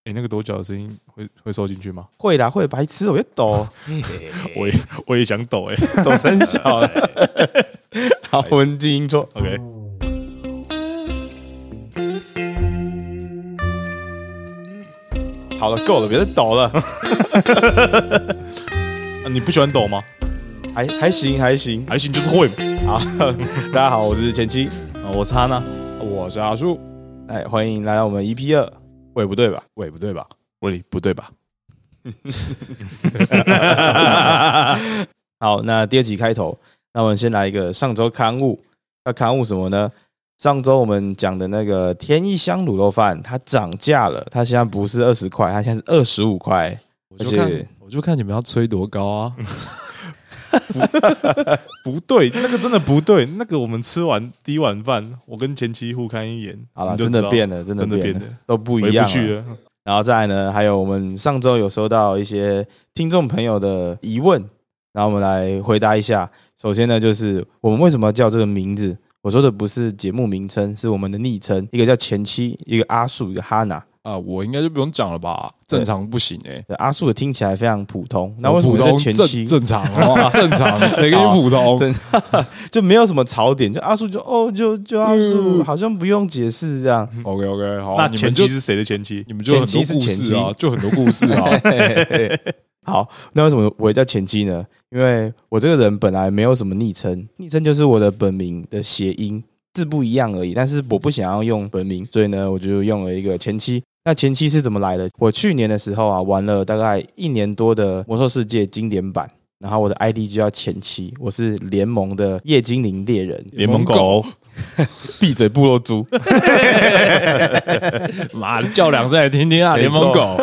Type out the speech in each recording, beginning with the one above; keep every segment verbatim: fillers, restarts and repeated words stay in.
哎、欸，那个抖脚的声音会会收进去吗？ 会啦，会白痴，我要抖， 我也我也想抖哎、 欸，抖三小。好，我们进音错 ，OK。 好了，够了，别再抖了。 啊、你不喜欢抖吗？ 还还行，还行， 还行，就是会。 好，大家好，我是前妻， 啊，我是哈娜， 我是阿树。 哎，欢迎来到我们 E P 二。喂，不对吧？ 喂，不对吧？ 喂，不对吧？ 好，那第二集开头，那我们先来一个上周刊物。那刊物什么呢？上周我们讲的那个天一香卤肉饭，它涨价了，它现在不是二十块，它现在是二十五块。 我就看，我就看你们要吹多高啊！ 不, 不对，那个真的不对。那个我们吃完第一碗饭，我跟前妻互看一眼， 好了，真的变了，真的变了， 变了都不一样了。 回不去了。 然后再来呢，还有我们上周有收到一些听众朋友的疑问，然后我们来回答一下。首先呢，就是我们为什么要叫这个名字？我说的不是节目名称，是我们的昵称，一个叫前妻，一个阿树，一个哈娜。 啊，我应该就不用讲了吧？正常不行哎、 欸。阿树的听起来非常普通，那为什么是前妻？ 正常哦，正常，谁跟你普通？ 真就没有什么槽点，就阿树就哦，就就阿树，好像不用解释这样。 OK OK， 好， 那前妻是谁的前妻？ 你们就很多故事啊，就很多故事啊。 好，那为什么我会叫前妻呢？因为我这个人本来没有什么昵称，昵称就是我的本名的谐音，字不一样而已。但是我不想要用本名，所以呢，我就用了一个前妻。那前妻是怎么来的？我去年的时候啊，玩了大概一年多的魔兽世界经典版，然后我的 I D 就叫前妻，我是联盟的夜精灵猎人， 联盟狗， 闭嘴部落猪， 妈的叫两声来听听啊，联盟狗。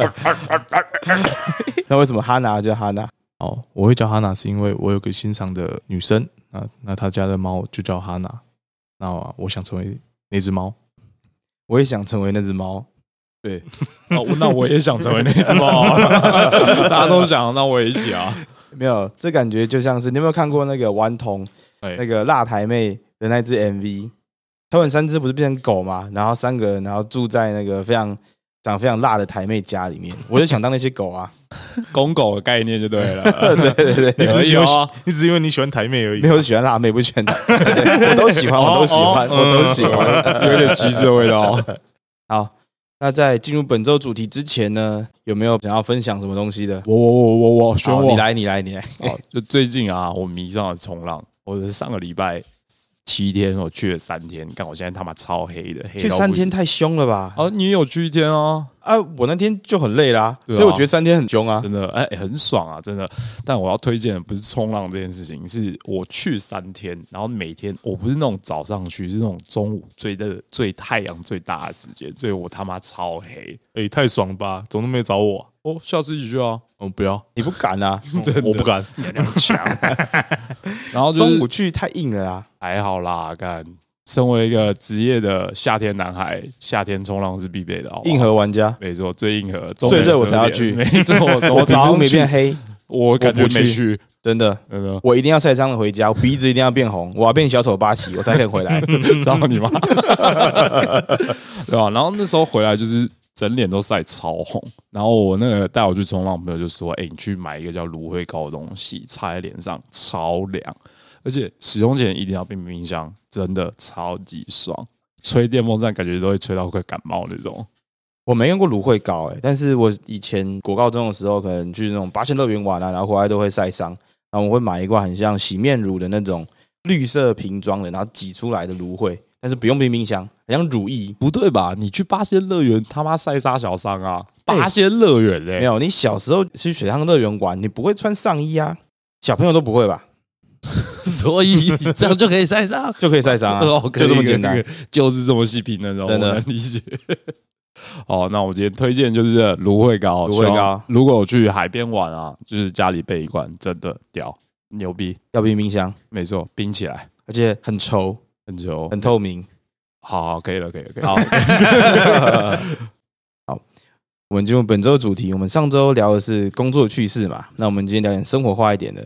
那为什么哈娜叫哈娜？ 哦，我会叫哈娜是因为我有个欣赏的女生，那那她家的猫就叫哈娜，那我想成为那只猫， 我也想成为那只猫。 对，哦，那我也想成为那只猫，大家都想，那我也一起啊。 没有，这感觉就像是你有没有看过那个顽童、欸、那个辣台妹的那支 M V？ 他们三只不是变成狗吗？然后三个人，然后住在那个非常长非常辣的台妹家里面，我就想当那些狗啊， 公狗的概念就对了。 对对对， 你只是因为你只是因为你喜欢台妹而已， 没有喜欢辣妹，不喜欢台妹，我都喜欢，我都喜欢， 哦、 我都喜欢， 有点歧视的味道。 好。那在进入本周主题之前呢，有没有想要分享什么东西的？ 我我我我我选我， 你来你来你来。 好，就最近啊，我迷上了冲浪。我是上个礼拜七天，我去了三天，看我现在他妈超黑的，黑去三天太凶了吧？ 啊，你也有去一天啊？ 啊，我那天就很累啦、啊啊，所以我觉得三天很凶啊， 真的，哎、欸，很爽啊，真的。但我要推荐的不是冲浪这件事情，是我去三天，然后每天我不是那种早上去，是那种中午最热、最太阳最大的时间，所以我他妈超黑， 哎、欸，太爽吧？怎么都没找我、啊？ 哦，下次一起去啊！ 哦，不要， 你不敢啊？ 我, 我不敢， 能量强。然后、就是、 中午去太硬了啊， 还好啦，干。身为一个职业的夏天男孩，夏天冲浪是必备的好不好， 硬核玩家， 没错，最硬核， 最热我才要去， 没错， 我皮肤没变黑， 我感觉没去， 真的，真的，我一定要晒伤了回家，我鼻子一定要变红，我要变小丑八旗，我才可以回来， 知道你吗？对吧？然后那时候回来就是整脸都晒超红，然后我那个带我去冲浪朋友就说：“哎、欸，你去买一个叫芦荟膏的东西，擦在脸上超凉。”而且使用前一定要冰冰箱，真的超级爽。吹电风扇感觉都会吹到会感冒那种。 我没用过芦荟膏哎，但是我以前国高中的时候，可能去那种八仙乐园玩啊，然后回来都会晒伤，然后我会买一罐很像洗面乳的那种绿色瓶装的，然后挤出来的芦荟，但是不用冰冰箱，很像乳液。 不对吧？你去八仙乐园他妈晒杀小伤啊！八仙乐园哎， 没有，你小时候去水上乐园玩，你不会穿上衣啊，小朋友都不会吧？ 所以这样就可以晒伤， 就可以晒伤啊，就这么简单， 就是这么细品的，真的理解。好，那我今天推荐就是芦荟膏， 芦荟膏。 如果我去海边玩啊，就是家里备一罐，真的屌，牛逼。 要冰冰箱， 没错，冰起来， 而且很稠， 很稠， 很透明。 好，好，可以了，可以了，可以了。 好，好，我们进入本周主题。我们上周聊的是工作趣事嘛，那我们今天聊点生活化一点的。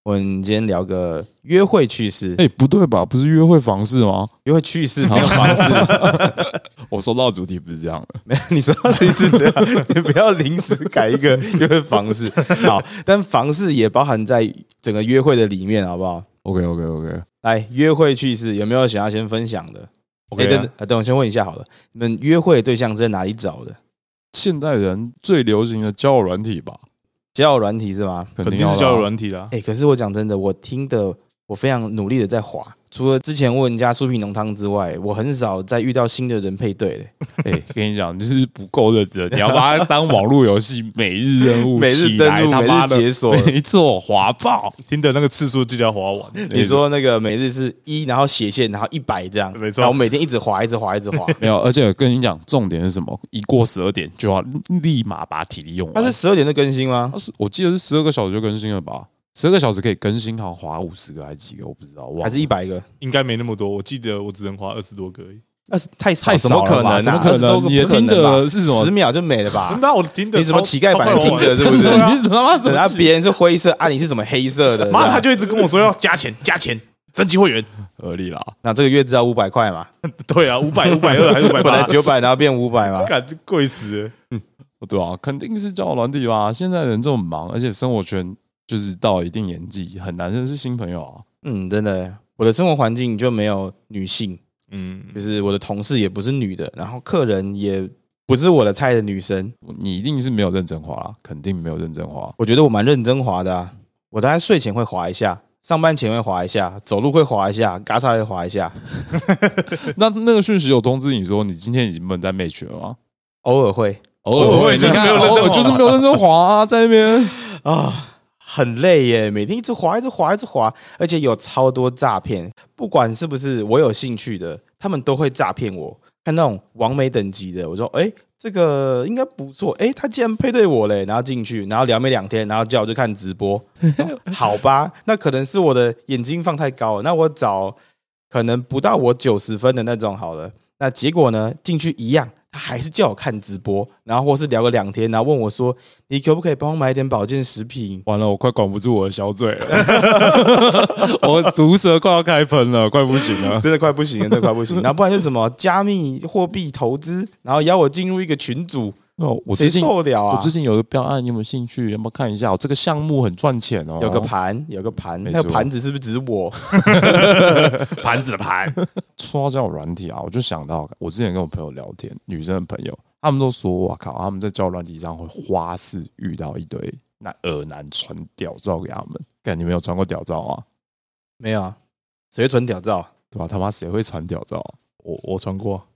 我们今天聊个约会趣事。 哎、欸，不对吧？不是约会方式吗？ 约会趣事没有方式。 我收到的主题不是这样的。 没有，你说的是这样，你不要临时改一个约会方式。好，但方式也包含在整个约会的里面，好不好 ？OK OK OK。 来，约会趣事有没有想要先分享的 ？OK，、啊欸、等等我先问一下好了，你们约会的对象是在哪里找的？ 现代人最流行的交友软体吧。 交友软体是吗？ 肯定是交友软体啦。 哎、欸，可是我讲真的，我听的我非常努力的在滑，除了之前问人家酥皮浓汤之外，我很少再遇到新的人配对的。 哎、欸，跟你讲，就是不够认真，你要把它当网络游戏，每日任务， 每日登录，每日解锁， 没错，滑爆， 听的那个次数记得要滑完。 你说那个每日是一，然后斜线，然后一百这样， 没错。 然后每天一直滑，一直滑，一直滑。 没有，而且我跟你讲，重点是什么？一过十二点就要立马把体力用完。 它是十二点就更新吗？ 我记得是十二个小时就更新了吧？十二个小时可以更新，好像滑五十个还是几个？我不知道， 还是一百个？ 应该没那么多。我记得我只能滑二十多个而已。 二十太少， 太少怎么可能、啊？ 怎么可能？你的听的是什么？ 十秒就没了吧？ 那我听的你什么乞丐版的听的，是不是？ 你是他妈什么？ 然后别人是灰色，啊，你是什么黑色的？ 妈，他就一直跟我说要加钱，加钱，升级会员， 合理啦。 那这个月只要五百块嘛？ 对啊，五百、五百二还是五百八？ 本来九百，然后变五百嘛？ 干贵死了。 嗯，对啊，肯定是交友软体吧。现在人这么忙，而且生活圈就是到一定年纪很难认识新朋友啊。 嗯，真的，我的生活环境就没有女性。 嗯， 就是我的同事也不是女的，然后客人也不是我的菜的女生。 你一定是没有认真滑啦，肯定没有认真滑。 我觉得我蛮认真滑的啊，我大概睡前会滑一下，上班前会滑一下，走路会滑一下，嘎嚓会滑一下。 那那个讯息有通知你说你今天已经不能再 match 了吗？ 偶尔会， 偶尔会， 就是没有认真滑， 偶尔就是没有认真滑啊，在那边啊。很累耶，每天一直滑，一直滑，一直滑，而且有超多诈骗，不管是不是我有兴趣的，他们都会诈骗我。看那种网美等级的，我说，哎、欸，这个应该不错，哎、欸，他竟然配对我嘞，然后进去，然后聊没两天，然后叫我去看直播，好吧，那可能是我的眼睛放太高了，那我找可能不到我九十分的那种好了，那结果呢，进去一样。他还是叫我看直播，然后或是聊个两天，然后问我说：“你可不可以帮我买点保健食品？” 完了，我快管不住我的小嘴了，我毒舌快要开喷了，快不行了， 真的快不行了，真的快不行。然后不然就是什么加密货币投资，然后邀我进入一个群组。 哦，我谁受得了啊？ 我最近有个标案，你有没有兴趣？要不要看一下？这个项目很赚钱哦。 有个盘，有个盘，那个盘子是不是只是我？ 盘子的盘。 说到交友软体啊，我就想到我之前跟我朋友聊天，女生的朋友，他们都说，哇靠，他们在交友软体上会花式遇到一堆那恶男传屌照给他们。干，你们有传过屌照吗？ 没有啊，谁会传屌照？ 对吧？他妈谁会传屌照、啊？ 我我传过、啊。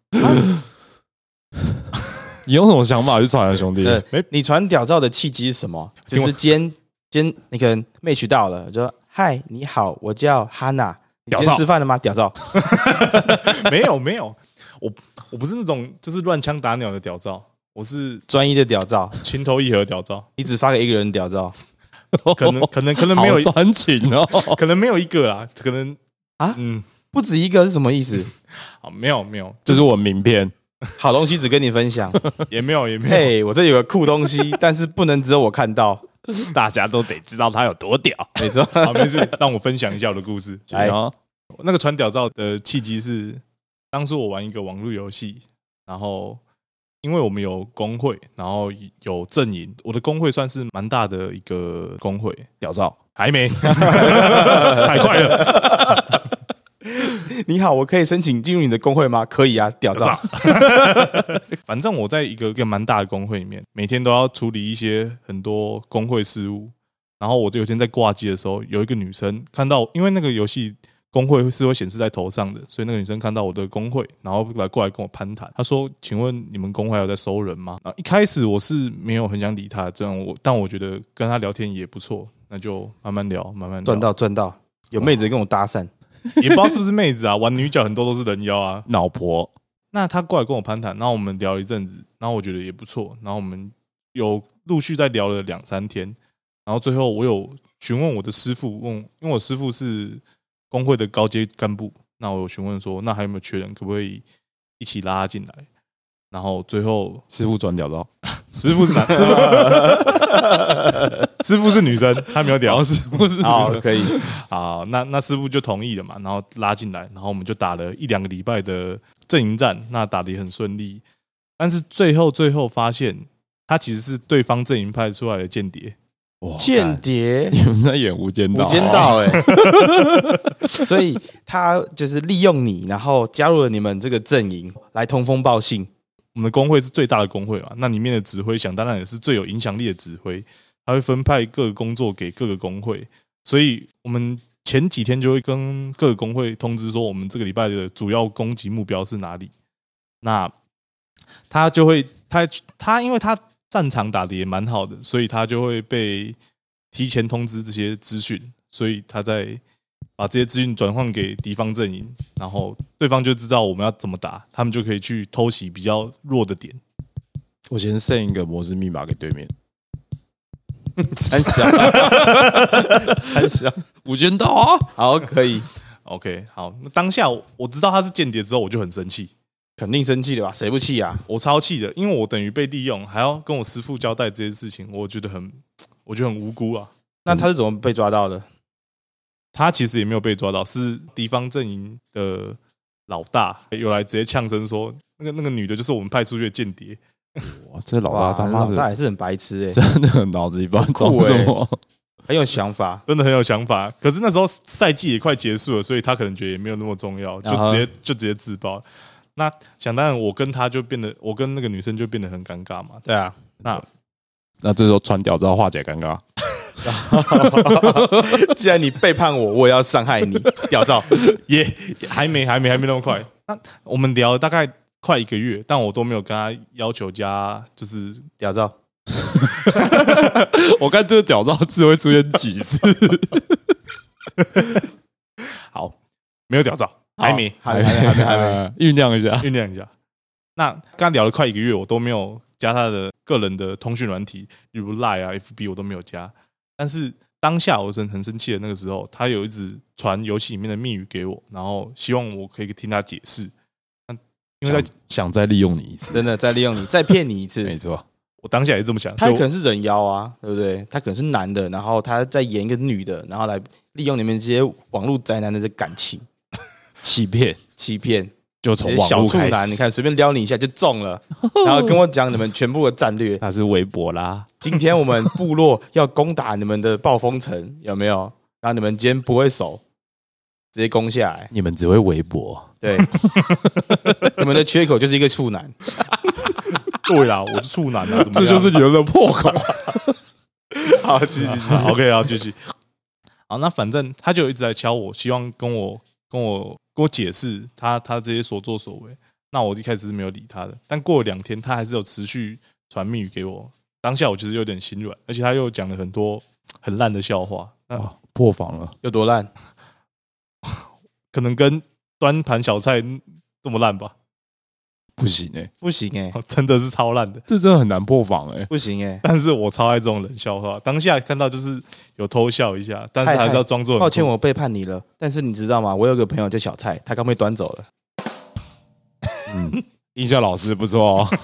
你用什么想法去传啊，兄弟？ 呃、你传屌照的契机是什么？就是今天今天那个 match 到了，就说嗨，你好，我叫哈娜，你今天吃饭了吗？屌照？ 没有没有，我我不是那种就是乱枪打鸟的屌照，我是专一的屌照， 情投意合屌照。 你只发给一个人屌照， 可能可能可能没有专情哦， 可能没有一个啊，可能啊，嗯，不止一个是什么意思？ 好，没有没有， 这是我名片。 好东西只跟你分享， 也没有也没有。 嘿，我这有个酷东西，但是不能只有我看到， 大家都得知道他有多屌。 没错， 好，没事，让我分享一下我的故事。 来， 那个传屌照的契机是，当初我玩一个网络游戏，然后因为我们有工会，然后有阵营，我的工会算是蛮大的一个工会。 屌照还没，太快了。 你好，我可以申请进入你的工会吗？可以啊，屌照。 反正我在一个一个蛮大的工会里面，每天都要处理一些很多工会事务。然后我就有一天在挂机的时候，有一个女生看到，因为那个游戏工会是会显示在头上的，所以那个女生看到我的工会，然后来过来跟我攀谈。她说：“请问你们工会还有在收人吗？”然后一开始我是没有很想理她，这样我，但我觉得跟她聊天也不错，那就慢慢聊，慢慢聊。 赚到赚到，有妹子跟我搭讪。 也不知道是不是妹子啊，玩女角很多都是人妖啊， 老婆。 那他过来跟我攀谈，然后我们聊了一阵子，然后我觉得也不错，然后我们有陆续在聊了两三天，然后最后我有询问我的师傅，问，因为我师傅是工会的高阶干部，那我有询问说，那还有没有缺人，可不可以一起拉进来？然后最后师傅转屌照， 师傅是男，师傅师傅是女生，她没有屌，师傅是女生。 好，可以。 好，那那师傅就同意了嘛，然后拉进来，然后我们就打了一两个礼拜的阵营战，那打得也很顺利。但是最后最后发现，他其实是对方阵营派出来的间谍。 间谍， 你们在演《无间道》？ 无间道哎、欸，所以他就是利用你，然后加入了你们这个阵营来通风报信。 我们的工会是最大的工会嘛，那里面的指挥想当然也是最有影响力的指挥，他会分派各个工作给各个工会，所以我们前几天就会跟各个工会通知说，我们这个礼拜的主要攻击目标是哪里。那他就会，他他因为他战场打得也蛮好的，所以他就会被提前通知这些资讯，所以他在把这些资讯转换给敌方阵营，然后对方就知道我们要怎么打，他们就可以去偷袭比较弱的点。 我先 send 一个模式密码给对面。 三小，三小， 无间道啊！ 好，可以。 OK， 好，那当下我知道他是间谍之后，我就很生气。 肯定生气的吧？谁不气啊？ 我超气的，因为我等于被利用，还要跟我师父交代这些事情，我觉得很，我觉得很无辜啊。 那他是怎么被抓到的？ 他其实也没有被抓到，是敌方阵营的老大有来直接呛声说，那个那个女的就是我们派出去的间谍。 哇，这老大他妈的， 老大也是很白痴哎、欸， 真的脑子里不知道装什么， 很有想法， 真的很有想法。可是那时候赛季也快结束了，所以他可能觉得也没有那么重要，就直接就直接自爆。那想当然，我跟他就变得，我跟那个女生就变得很尴尬嘛。 对啊， 那那这时候传屌照化解尴尬。 既然你背叛我，我也要伤害你。屌照也还没还没还没那么快。那我们聊了大概快一个月，但我都没有跟他要求加就是屌照。 我看这个屌照字会出现几次？ 好，没有屌照。还没， 还没，还没，还没， 酝酿一下， 酝酿一下。那刚刚聊了快一个月，我都没有加他的个人的通讯软体，例如 Line 啊、F B 我都没有加。但是当下我真的很生气的那个时候，他有一直传游戏里面的密语给我，然后希望我可以听他解释。 因为在想再利用你一次， 真的再利用你，再骗你一次， 没错。 我当下也这么想。 他可能是人妖啊，对不对？他可能是男的，然后他再演一个女的，然后来利用你们这些网络宅男的这感情。 欺骗， 欺骗， 就从网络开始。 小处男，你看随便撩你一下就中了，然后跟我讲你们全部的战略。 他是微博啦。 今天我们部落要攻打你们的暴风城，有没有？然后你们今天不会守，直接攻下来。 你们只会微博， 对，你们的缺口就是一个处男。 对啦，我是处男啊， 这就是你们的破口。 好，继续，继续 ，OK， 好，继续。好，那反正他就一直在敲我，希望跟我。跟我跟我解释他他这些所作所为，那我一开始是没有理他的，但过了两天，他还是有持续传密语给我。当下我其实有点心软，而且他又讲了很多很烂的笑话，那、 哦、破防了， 有多烂？ 可能跟端盘小菜这么烂吧？ 不行哎、欸， 不行哎、 欸，真的是超烂的， 这真的很难破防哎、欸， 不行哎、欸。 但是我超爱这种冷笑话，当下看到就是有偷笑一下，但是还是要装作抱歉，我背叛你了。但是你知道吗？我有个朋友叫小蔡，他刚被端走了。 嗯，音效老师不错哦。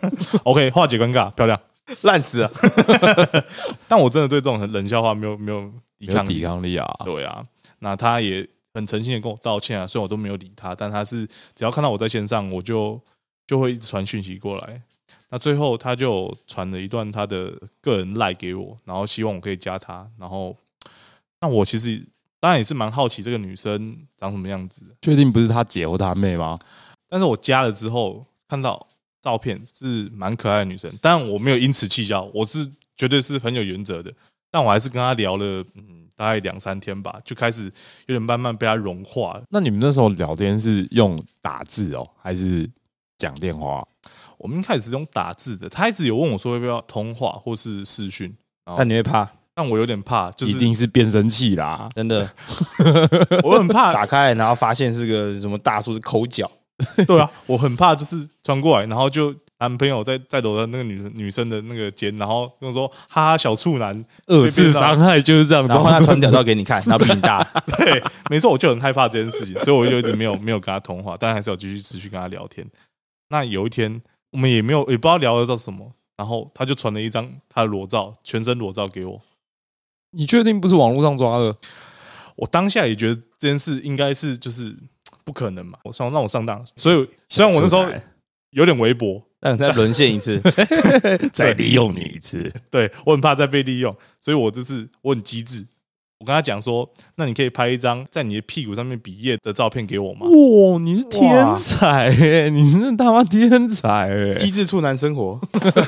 OK， 化解尴尬，漂亮， 烂死了。 但我真的对这种很冷笑话没有没有抵抗力抵抗力啊。 对啊，那他也很诚心的跟我道歉啊，虽然我都没有理他，但他是只要看到我在线上，我就就会一直传讯息过来。那最后他就传了一段他的个人 LINE 给我，然后希望我可以加他。然后，那我其实当然也是蛮好奇这个女生长什么样子的。 确定不是他姐或他妹吗？ 但是我加了之后看到照片是蛮可爱的女生，但我没有因此气消，我是绝对是很有原则的。但我还是跟她聊了，嗯，大概两三天吧，就开始有点慢慢被她融化了。 那你们那时候聊天是用打字哦，还是讲电话？ 我们一开始是用打字的，他一直有问我说要不要通话或是视讯， 但你会怕？ 但我有点怕，就是一定是变声器啦， 真的， 我很怕打开然后发现是个什么大叔是抠脚。 对啊，我很怕就是传过来，然后就男朋友在在搂着那个女女生的那个肩，然后跟我说哈哈小处男， 二次伤害就是这样， 然后他传屌照给你看，然后比你大。 对，没错，我就很害怕这件事情，所以我就一直没有没有跟他通话，但还是有继续持续跟他聊天。那有一天，我们也没有也不知道聊得到什么， 然后他就传了一张他的裸照，全身裸照给我。 你确定不是网络上抓的？ 我当下也觉得这件事应该是就是不可能嘛，我想让我上当，所以虽然我那时候有点微薄， 让你再沦陷一次， 再利用你一次。 对我很怕再被利用，所以我这次我很机智。我跟他讲说，那你可以拍一张在你的屁股上面比耶的照片给我吗？ 哇，你是天才欸，你是他妈天才欸！ 机智处男生活。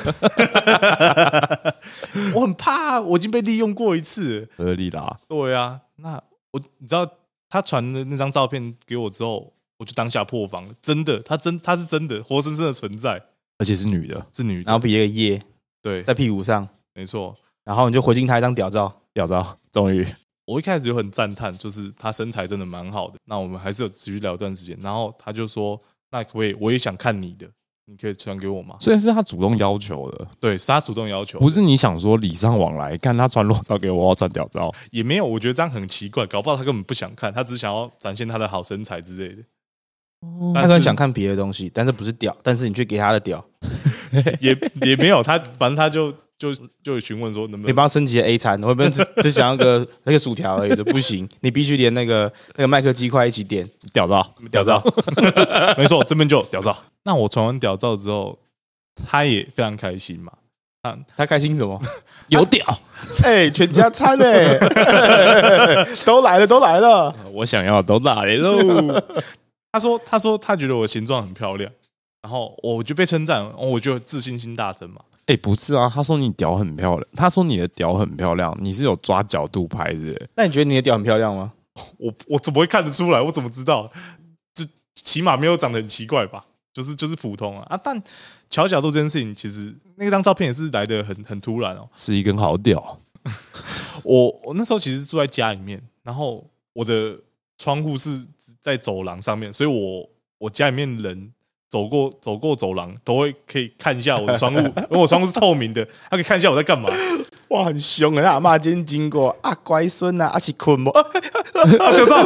我很怕，我已经被利用过一次了。 合理啦。 对啊，那我你知道他传的那张照片给我之后，我就当下破防了，真的，他真他是真的活生生的存在， 而且是女的， 是女的， 然后比一个耶， 对， 在屁股上， 没错。 然后你就回敬他一张屌照。 屌照，终于。 我一开始就很赞叹，就是他身材真的蛮好的。那我们还是有持续聊一段时间，然后他就说：“那可不可以？我也想看你的，你可以传给我吗？” 所以是他主动要求的， 对，是他主动要求， 不是你想说礼尚往来，看他传裸照给我，我要传屌照， 也没有。我觉得这样很奇怪，搞不好他根本不想看，他只想要展现他的好身材之类的。 他可能想看别的东西，但是不是屌，但是你却给他的屌， 也也没有他，反正他就。就就询问说能不能你帮他升级 A 餐，会不会只只想要个那个薯条而已？就不行，你必须连那个那个麦克鸡块一起点屌照， 屌照，没错，这边就屌照。那我传完屌照之后，他也非常开心嘛。 他他开心什么？ 有屌！ 哎、欸，全家餐哎、欸，都来了，都来了， 我想要都来喽。 他说他说他觉得我的形状很漂亮，然后我就被称赞，我就自信心大增嘛。 哎、欸，不是啊，他说你屌很漂亮，他说你的屌很漂亮，你是有抓角度拍的。 那你觉得你的屌很漂亮吗？ 我我怎么会看得出来？我怎么知道？这起码没有长得很奇怪吧？就是就是普通啊啊！但调角度这件事情，其实那张照片也是来得很很突然哦， 是一根好屌。 我我那时候其实住在家里面，然后我的窗户是在走廊上面，所以我我家里面人。走过走过走廊都会可以看一下我的窗户，因为我窗户是透明的，他可以看一下我在干嘛。 哇，很凶啊！阿妈今天经过啊，乖孙啊，阿是困吗？ 就这样，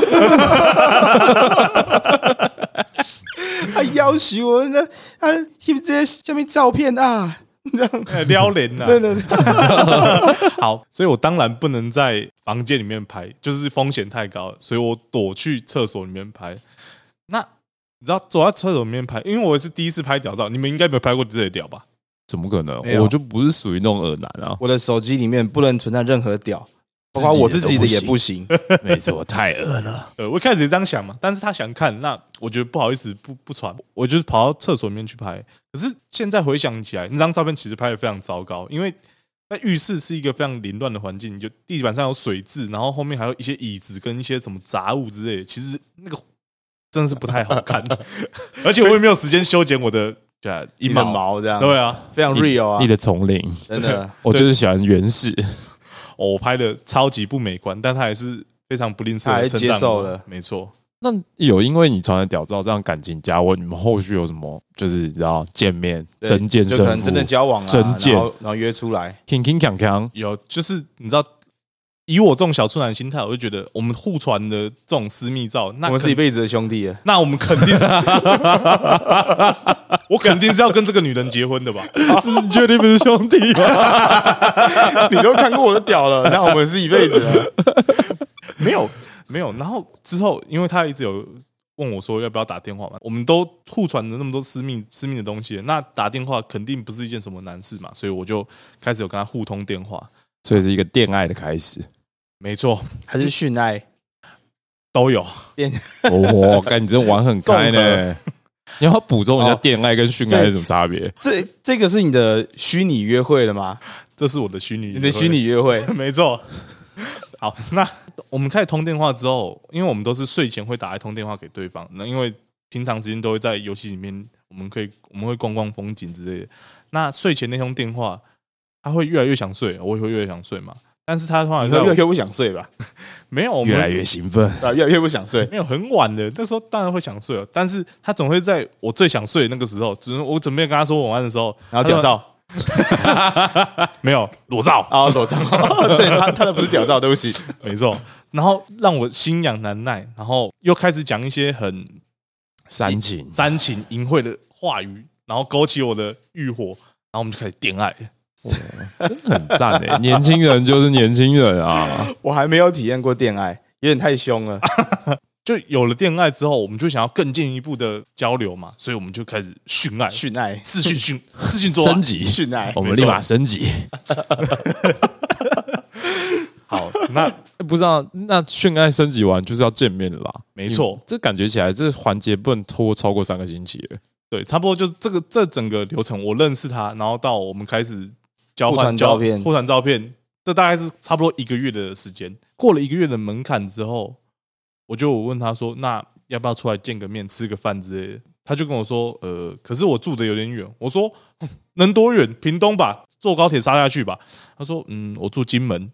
啊，要求我那啊，翕这些下面照片啊，这样撩人啊， 对对对。 好，所以我当然不能在房间里面拍，就是风险太高了，所以我躲去厕所里面拍。那你知道走在厕所里面拍，因为我也是第一次拍屌照，你们应该没有拍过这些屌吧？ 怎么可能？我就不是属于那种恶男啊！ 我的手机里面不能存在任何屌，包括我自己的也不行。 没错，太恶了。 呃，我一开始也这样想嘛，但是他想看，那我觉得不好意思不不传，我就是跑到厕所里面去拍。可是现在回想起来，那张照片其实拍得非常糟糕，因为在浴室是一个非常凌乱的环境，就地板上有水渍，然后后面还有一些椅子跟一些什么杂物之类的，其实那个。真的是不太好看，而且我也没有时间修剪我的对一毛毛这样， 对啊， 非常 real 啊， 你的丛林真的， 我就是喜欢原始。 我拍的超级不美观，但他还是非常不吝啬的称赞我， 接受了， 没错。 那有因为你传的屌照这样感情加温，你们后续有什么就是你知道见面真见胜负， 可能真的交往啊， 真见， 然后然后约出来， 铿铿锵锵， 有就是你知道。以我这种小处男心态，我就觉得我们互传的这种私密照，那我们是一辈子的兄弟了。 那我们肯定，我肯定是要跟这个女人结婚的吧？ 是你确定不是兄弟吗？ 你都看过我的屌了，那我们是一辈子了。 没有没有，然后之后，因为他一直有问我说要不要打电话嘛，我们都互传了那么多私密私密的东西，那打电话肯定不是一件什么难事嘛，所以我就开始有跟他互通电话。 所以是一个恋爱的开始， 没错， 还是训爱都有。 哦，干你真玩很开呢！你要不要补充一下恋爱跟训爱是什么差别？ 这这个是你的虚拟约会了吗？ 这是我的虚拟， 你的虚拟约会， 没错。好，那我们开始通电话之后，因为我们都是睡前会打一通电话给对方，那因为平常时间都会在游戏里面，我们可以我们会逛逛风景之类的。那睡前那通电话。他会越来越想睡，我也会越来越想睡嘛。但是他通常越来越不想睡吧？ 没有， 越来越兴奋， 啊，越来越不想睡。 没有很晚的，那时候当然会想睡了，但是他总会在我最想睡的那个时候，只是我准备跟他说晚安的时候， 然后屌照， 没有裸照啊，裸照，对他他的不是屌照，对不起， 没错。然后让我心痒难耐，然后又开始讲一些很煽情、 煽情、淫秽的话语，然后勾起我的欲火。 后我们就开始恋爱。 真的很赞诶，年轻人就是年轻人啊！ 我还没有体验过恋爱，有点太凶了。 就有了恋爱之后，我们就想要更进一步的交流嘛，所以我们就开始训爱， 训爱， 视讯训，视讯做爱升级训爱， 我们立马升级。 好，那不知道那训爱升级完就是要见面了啦。 没错， 这感觉起来这环节不能拖超过三个星期了。 对，差不多就是这个这整个流程，我认识他，然后到我们开始交换互传照片， 互传照片，这大概是差不多一个月的时间。过了一个月的门槛之后，我就问他说：“那要不要出来见个面，吃个饭之类的？”他就跟我说：“呃，可是我住的有点远。”我说：“能多远？屏东吧，坐高铁杀下去吧。”他说：“嗯，我住金门。”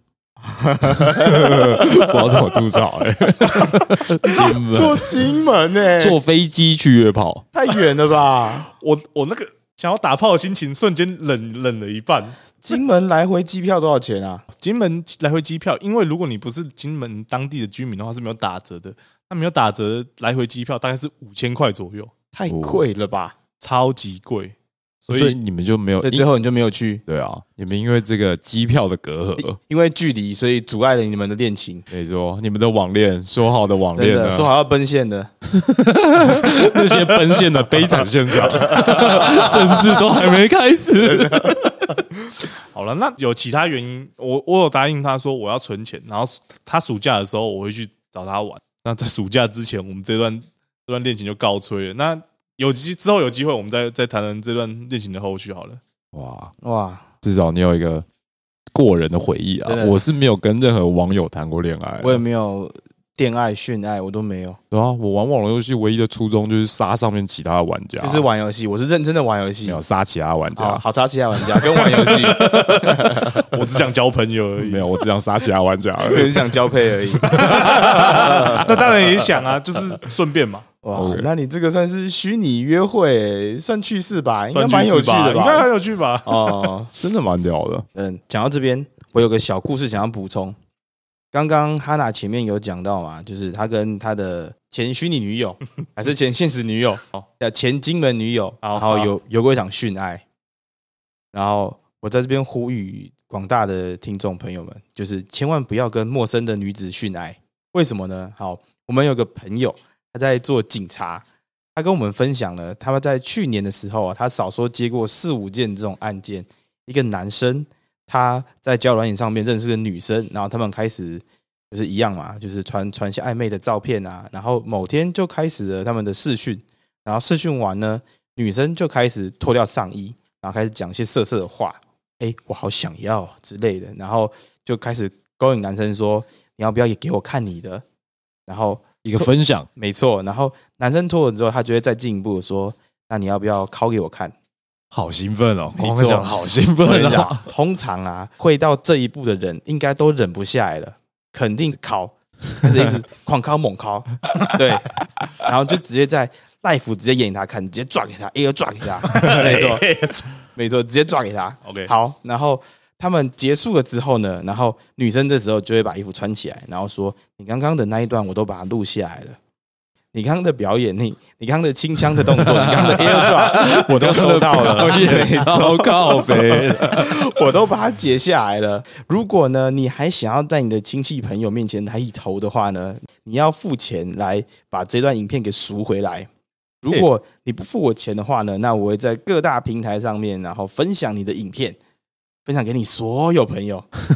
不知道怎么吐槽哎、欸，金门坐金门哎、欸， 坐飞机去约炮， 太远了吧？ 我我那个想要打炮的心情瞬间冷冷了一半。 金门来回机票多少钱啊？ 金门来回机票，因为如果你不是金门当地的居民的话，是没有打折的。那没有打折，来回机票大概是五千块左右， 太贵了吧？ 超级贵。所以, 所以你们就没有， 所以最后你就没有去。 对啊，你们因为这个机票的隔阂， 因为距离，所以阻碍了你们的恋情。 没错，你们的网恋说好的网恋呢？ 说好要奔现的， 那些奔现的悲惨现场，甚至都还没开始。 好了，那有其他原因，我我有答应他说我要存钱，然后他暑假的时候我会去找他玩。那在暑假之前，我们这段这段恋情就告吹了。那有机之后有机会，我们再再谈谈这段恋情的后续好了。 哇哇， 至少你有一个过人的回忆啊！我是没有跟任何网友谈过恋爱， 我也没有恋爱、训爱，我都没有。 对啊，我玩网络游戏唯一的初衷就是杀上面其他的玩家， 就是玩游戏。我是认真的玩游戏， 没有杀其他玩家。 好，好杀其他玩家，跟玩游戏。 我只想交朋友而已， 没有，我只想杀其他玩家而已， 我只想交配而已。 那当然也想啊，就是顺便嘛。 哇， okay. 那你这个算是虚拟约会，算趣事吧？应该蛮有趣的吧？ 应该很有趣吧？ 哦， 真的蛮屌的。 嗯，讲到这边，我有个小故事想要补充。刚刚哈娜前面有讲到嘛，就是他跟他的前虚拟女友，还是前现实女友，前金门女友，然后有有过一场训爱。然后我在这边呼吁广大的听众朋友们，就是千万不要跟陌生的女子训爱。为什么呢？好，我们有个朋友。他在做警察，他跟我们分享了他们在去年的时候啊，他少说接过四五件这种案件。一个男生他在交友软件上面认识个女生，然后他们开始就是一样嘛，就是传传些暧昧的照片啊，然后某天就开始了他们的视讯，然后视讯完呢，女生就开始脱掉上衣，然后开始讲一些色色的话，哎，我好想要之类的，然后就开始勾引男生说，你要不要也给我看你的，然后。 一个分享， 没错。然后男生脱了之后，他就会再进一步的说：“那你要不要拷给我看？” 好兴奋哦！ 没错， 好兴奋哦！ 通常啊，会到这一步的人，应该都忍不下来了，肯定拷，还是一直狂拷猛拷，对，然后就直接在 live 直接演给他看，直接抓给他 ，A 抓给他，没错，没错，直接抓给他。 OK， 好，然后。他们结束了之后呢，然后女生这时候就会把衣服穿起来，然后说：“你刚刚的那一段我都把它录下来了，你刚刚的表演，你你刚刚的清腔的动作，你刚刚的 air drop 我都收到了， 超靠北， 我都把它截下来了。如果呢，你还想要在你的亲戚朋友面前抬起头的话呢，你要付钱来把这段影片给赎回来。如果你不付我钱的话呢，那我会在各大平台上面，然后分享你的影片。”分享给你所有朋友，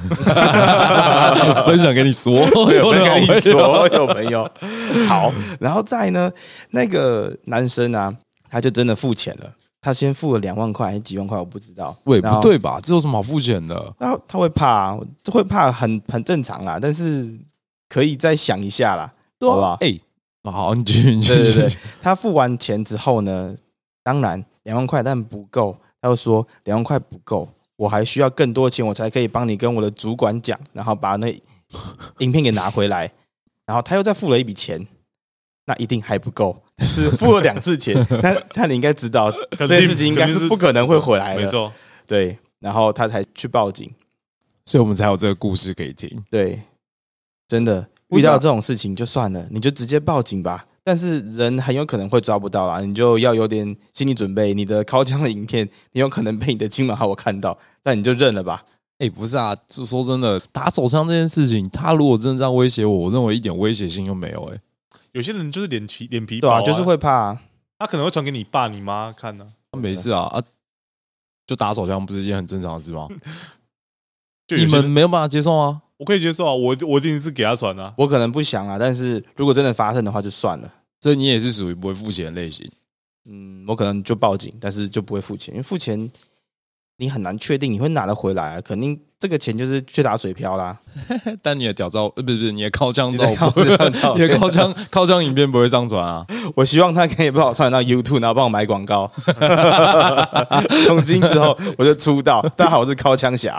分享给你所有分享给你所有朋友。好，然后再呢，那个男生啊，他就真的付钱了。他先付了两万块还是几万块，我不知道。 喂，不对吧？这有什么好付钱的？ 他他会怕、啊，会怕很很正常啦，但是可以再想一下啦， 对啊、 好不好？ 哎、欸，好，你继续，你继续。 对对对，他付完钱之后呢，当然两万块但不够，他又说两万块不够。我还需要更多钱，我才可以帮你跟我的主管讲，然后把那影片给拿回来。然后他又再付了一笔钱，那一定还不够。但是付了两次钱，那那你应该知道这件事情应该是不可能会回来的。 没错， 对，然后他才去报警， 所以我们才有这个故事可以听。 对，真的遇到这种事情就算了，你就直接报警吧。 但是人很有可能会抓不到啦，你就要有点心理准备。你的靠枪的影片，你有可能被你的亲朋好友看到，但你就认了吧。 哎、欸，不是啊，就说真的，打手枪这件事情，他如果真的这样威胁我，我认为一点威胁性都没有、欸。哎， 有些人就是脸皮脸皮薄、 啊，对啊，就是会怕、啊。 他可能会传给你爸你妈看呢、 啊。没事啊啊，就打手枪不是一件很正常的事吗？ 就你们没有办法接受啊？ 我可以接受啊，我我一定是给他传啊。 我可能不想啊，但是如果真的发生的话，就算了。 所以你也是属于不会付钱的类型。 嗯，我可能就报警，但是就不会付钱，因为付钱你很难确定你会拿得回来啊，肯定这个钱就是去打水漂啦。 但你的屌照，呃，不是不是，你的靠枪照， 你的靠枪靠枪影片不会上传啊。 我希望他可以帮我上传到 YouTube， 然后帮我买广告。从今之后我就出道，大家好，我是靠枪侠。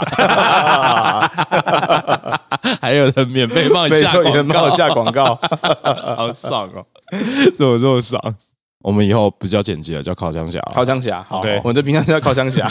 还有人免费帮你下广告， 有人帮我下广告， 好爽哦！怎么这么爽？我们以后不叫剪辑了，叫靠枪侠。 靠枪侠，好， okay. 我这平常叫靠枪侠。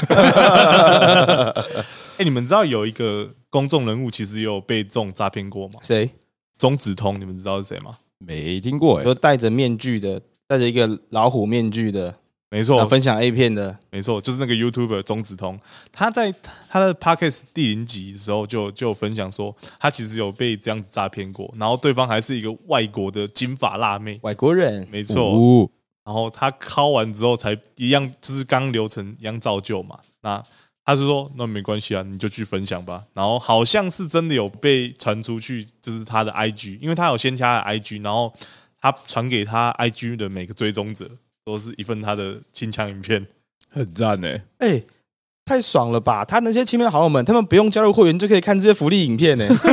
哎、欸，你们知道有一个公众人物其实也有被这种诈骗过吗？ 谁？ 中指通，你们知道是谁吗？ 没听过哎、欸， 都戴着面具的，戴着一个老虎面具的， 没错， 分享 A 片的， 没错，就是那个 YouTuber 中指通。他在他的 Podcast 第零集的时候就就有分享说，他其实有被这样子诈骗过，然后对方还是一个外国的金发辣妹， 外国人， 没错。 哦、 然后他敲完之后才一样，就是刚流程一样照旧嘛。那他是说，那没关系啊，你就去分享吧。然后好像是真的有被传出去，就是他的 I G， 因为他有先加他的 I G， 然后他传给他 I G 的每个追踪者都是一份他的清枪影片， 很赞哎、欸！ 哎、欸，太爽了吧！他那些亲朋好友们，他们不用加入会员就可以看这些福利影片呢、欸，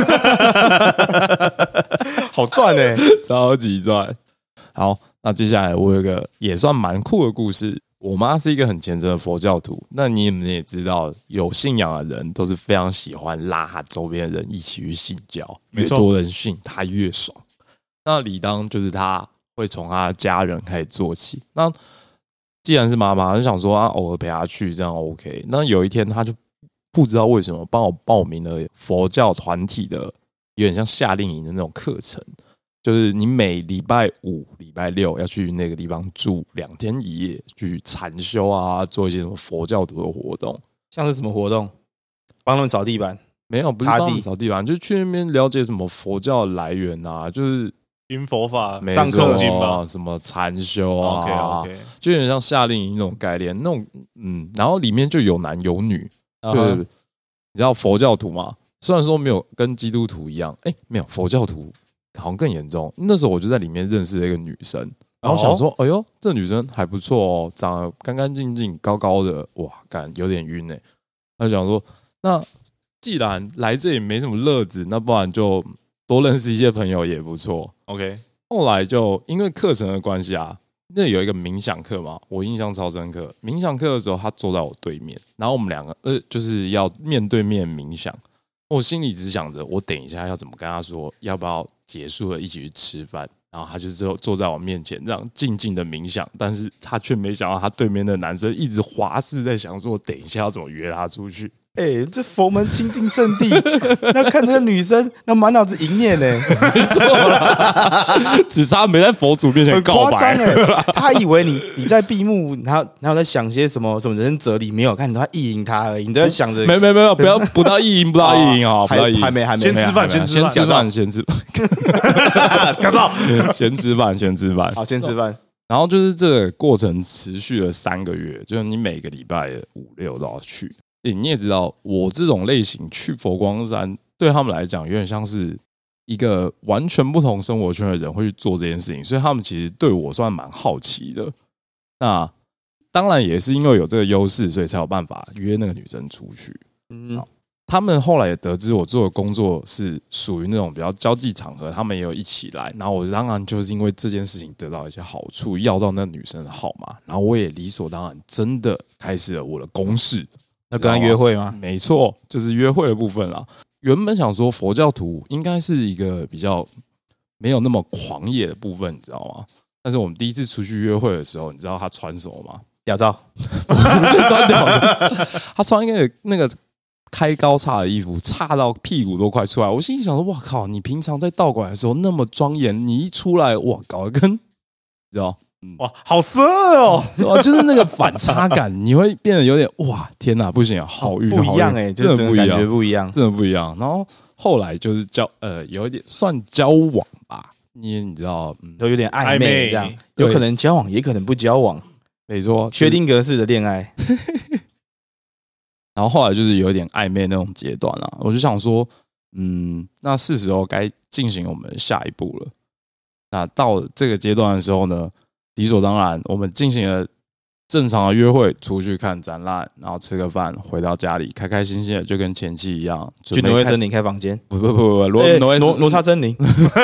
好赚哎、欸， 超级赚。好，那接下来我有一个也算蛮酷的故事。我妈是一个很虔诚的佛教徒，那你们也知道，有信仰的人都是非常喜欢拉他周边的人一起去信教，越多人信他越爽。那理当就是他会从他的家人开始做起。那既然是妈妈，就想说啊，偶尔陪他去这样 OK。那有一天，他就不知道为什么帮我报名了佛教团体的，有点像夏令营的那种课程。就是你每礼拜五、礼拜六要去那个地方住两天一夜，去禅修啊，做一些什么佛教徒的活动。 像是什么活动？帮他们扫地板？ 没有，不是帮他们扫地板，就是去那边了解什么佛教的来源啊，就是听佛法、 上诵经吧， 什么禅修啊 ，OK OK， 就有点像夏令营那种概念，那种嗯，然后里面就有男有女，就、uh-huh. 你知道佛教徒嘛？虽然说没有跟基督徒一样，哎、欸，没有佛教徒。好像更严重。那时候我就在里面认识了一个女生，然后想说，哎呦，这女生还不错哦，长得干干净净、高高的，哇，感有点晕哎。他就想说，那既然来这里没什么乐子，那不然就多认识一些朋友也不错。 OK， 后来就因为课程的关系啊，那有一个冥想课嘛，我印象超深刻。冥想课的时候，他坐在我对面，然后我们两个呃，就是要面对面冥想。我心里只想着，我等一下要怎么跟他说，要不要结束了一起去吃饭？然后他就之后坐在我面前，这样静静的冥想，但是他却没想到，他对面的男生一直滑视在想说，等一下要怎么约他出去。 哎、欸，这佛门清净圣地，那看这个女生，那满脑子淫念呢， 没错啦，只差没在佛祖面前告白。 很夸张哎，他以为你你在闭目，然后然后在想些什么什么人生哲理，没有看，你都在意淫他而已，你都在想着， 没没没有，不要不到意淫，不到意淫啊，不到意淫， 还没还没， 先吃饭，先先吃饭，先吃饭， 赶走， 先吃饭，先吃饭， 好，先吃饭。 然后就是这个过程持续了三个月，就是你每个礼拜五六都要去。欸、你也知道，我这种类型去佛光山，对他们来讲，有点像是一个完全不同生活圈的人会去做这件事情，所以他们其实对我算蛮好奇的。那当然也是因为有这个优势，所以才有办法约那个女生出去。嗯，他们后来也得知我做的工作是属于那种比较交际场合，他们也有一起来。然后我当然就是因为这件事情得到一些好处，要到那女生的号码，然后我也理所当然真的开始了我的公事。 要跟他约会吗？ 没错，就是约会的部分啦。原本想说佛教徒应该是一个比较没有那么狂野的部分，你知道吗？但是我们第一次出去约会的时候，你知道他穿什么吗？ 屌照， 不是穿屌照，他穿一个那个开高叉的衣服，叉到屁股都快出来。我心里想说，哇靠！你平常在道馆的时候那么庄严，你一出来，哇，搞得跟知道？ 哇，好色哦！ 哇，就是那个反差感，你会变得有点哇，天哪，不行啊，好晕， 不一样哎、欸，就是整个感觉不一样， 真的不一样。然后后来就是交呃，有一点算交往吧，你你知道，嗯， 都有点暧昧这样，有可能交往，也可能不交往， 没错， 薛定谔式的恋爱。 然后后来就是有一点暧昧那种阶段啊，我就想说，嗯，那是时候该进行我们下一步了。那到这个阶段的时候呢，理所当然，我们进行了正常的约会，出去看展览，然后吃个饭，回到家里，开开心心的，就跟前妻一样， 去挪威森林开房间。 不不不不，挪挪挪挪差森林。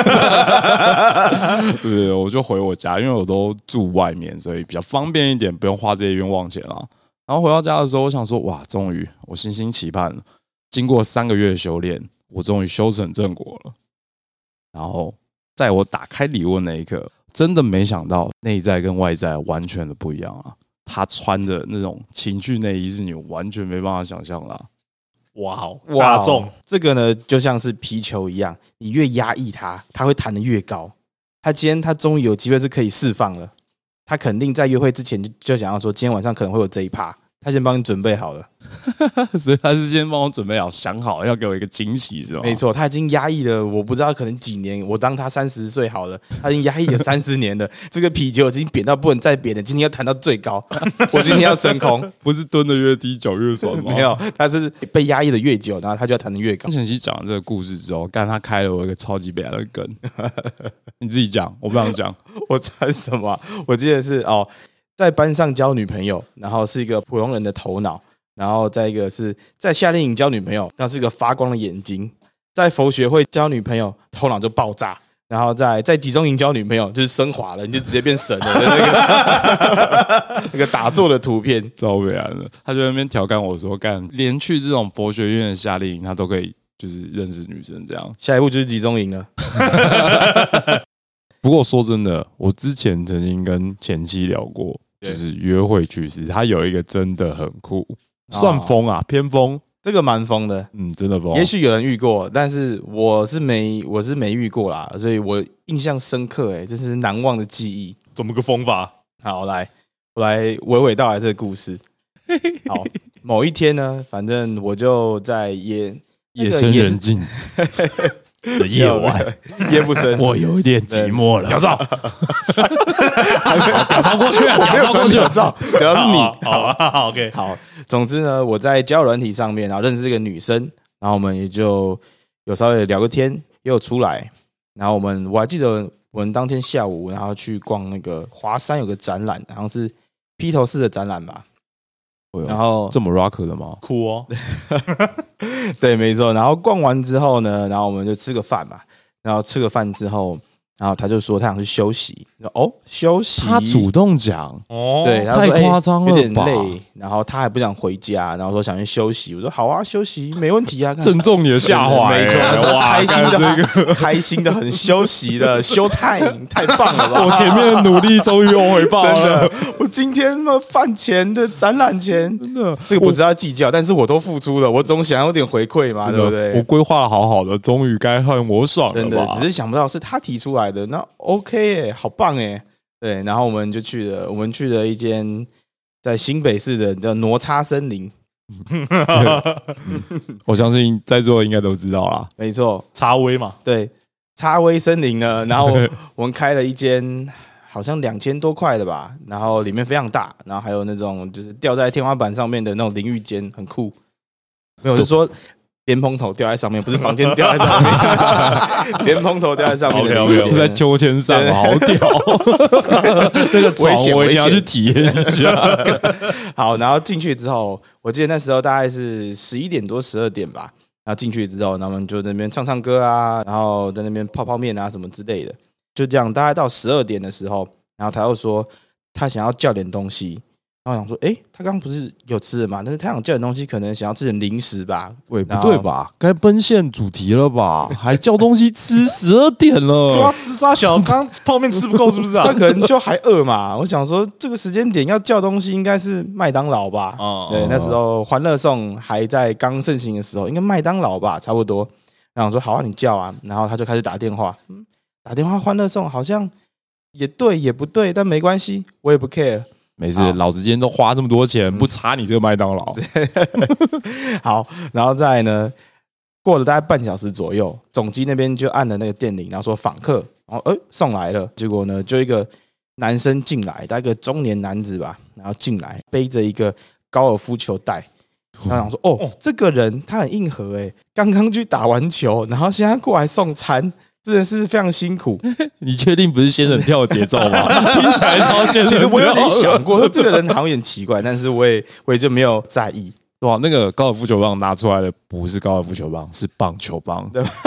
对对，我就回我家，因为我都住外面，所以比较方便一点，不用花这些冤枉钱啦。然后回到家的时候，我想说，哇，终于，我心心期盼了，经过三个月的修炼，我终于修成正果了。然后，在我打开礼物那一刻，真的没想到内在跟外在完全的不一样啊！他穿的那种情趣内衣是你完全没办法想象的、啊。 哇哦，大众， 这个呢就像是皮球一样，你越压抑它，它会弹得越高。他今天他终于有机会是可以释放了，他肯定在约会之前就就想要说，今天晚上可能会有这一趴，他先帮你准备好了。 所以他是先帮我准备好，想好要给我一个惊喜，是吧？ 没错，他已经压抑了，我不知道可能几年。我当他三十岁好了，他已经压抑了三十年了。这个啤酒已经扁到不能再扁了，今天要弹到最高，我今天要升空。 不是蹲的越低，脚越酸吗？ 没有，他是被压抑的越久，然后他就要弹得越高。 前期讲了这个故事之后，干他开了我一个超级北的梗，你自己讲，我不想讲。 我穿什么？我记得是哦，在班上交女朋友，然后是一个普通人的头脑。然后再一个是在夏令营交女朋友，那是个发光的眼睛；在佛学会交女朋友，头脑就爆炸；然后在在集中营交女朋友，就是升华了，你就直接变神了的那个那个打坐的图片， 超北蓝的。他就在那边调侃我说：“干，连去这种佛学院的夏令营，他都可以就是认识女生这样。” 下一步就是集中营了。 不过说真的，我之前曾经跟前妻聊过，就是约会趣事，他有一个真的很酷。算疯啊，偏疯， 这个蛮疯的， 嗯，真的疯。 也许有人遇过，但是我是没，我是没遇过啦，所以我印象深刻、欸，哎，这是难忘的记忆。 怎么个疯法？ 好，来，我来娓娓道来这个故事。好，某一天呢，反正我就在夜夜深人静的夜晚， 夜不深， 我有一点寂寞了。 屌照， 屌照过去啊， 屌照过去，屌照，主要是你。 好好 ，OK， 好。总之呢，我在交友软体上面，然后认识这个女生，然后我们也就有稍微聊个天，也有出来。然后我们我还记得，我们当天下午，然后去逛那个华山有个展览，好像是披头士的展览吧。然后这么 rock 的吗？ 酷哦， 对，没错。然后逛完之后呢，然后我们就吃个饭嘛。然后吃个饭之后，然后他就说他想去休息。哦，休息， 他主动讲哦， 对，他说太夸张了、欸， 有点累。然后他还不想回家，然后说想去休息。我说好啊，休息没问题啊， 正中你的下怀、欸， 没错， 哇， 开心的， 这个开心的很，休息的休time太棒了吧！ 我前面的努力终于有回报了， 真的，我今天的饭钱的展览钱， 真的， 这个不是要计较，但是我都付出了，我总想要有点回馈嘛，对不对？ 我规划的好好的，终于该换我爽了， 真的，只是想不到是他提出来的，那 OK 哎、欸，好棒哎、欸，对，然后我们就去了，我们去了一间在新北市的叫挪差森林。 我相信在座应该都知道啦， 没错， 插威嘛， 对，插威森林呢。然后我们开了一间好像两千多块的吧，然后里面非常大，然后还有那种就是吊在天花板上面的那种淋浴间，很酷。没有，就是说莲蓬头吊在上面，不是房间吊在上面，莲蓬头吊在上面的淋浴间， 是在秋千上，好屌！那个床我一定要去体验一下。 好，然后进去之后，我记得那时候大概是十一点多、十二点吧。然后进去之后，然后我们就在那边唱唱歌啊，然后在那边泡泡面啊什么之类的。就这样，大概到十二点的时候，然后他又说他想要叫点东西。然后我想说，哎，他刚刚不是有吃的嘛？但是他想叫点东西，可能想要吃点零食吧？ 喂，不对吧？该奔现主题了吧？还叫东西吃，十二点了， 对啊，吃啥小？刚泡面吃不够是不是啊？ 他可能就还饿嘛。我想说，这个时间点要叫东西，应该是麦当劳吧？哦，对，那时候欢乐颂还在刚盛行的时候，应该麦当劳吧，差不多。然后我说好啊，你叫啊，然后他就开始打电话，嗯，打电话欢乐颂好像也对也不对，但没关系，我也不 care。 没事，老子今天都花这么多钱，不差你这个麦当劳。 好，然后再来呢，过了大概半小时左右，总机那边就按了那个电铃，然后说访客，然后哎、欸、送来了，结果呢就一个男生进来，大概一个中年男子吧，然后进来背着一个高尔夫球袋。他想说：“哦，这个人他很硬核哎，刚刚去打完球，然后现在过来送餐，真的是非常辛苦。 你确定不是仙人跳节奏吗？听起来超仙人跳。 其实我有点想过，说这个人好像有点奇怪，但是我也我也就没有在意。 哇，那个高尔夫球棒拿出来的不是高尔夫球棒，是棒球棒。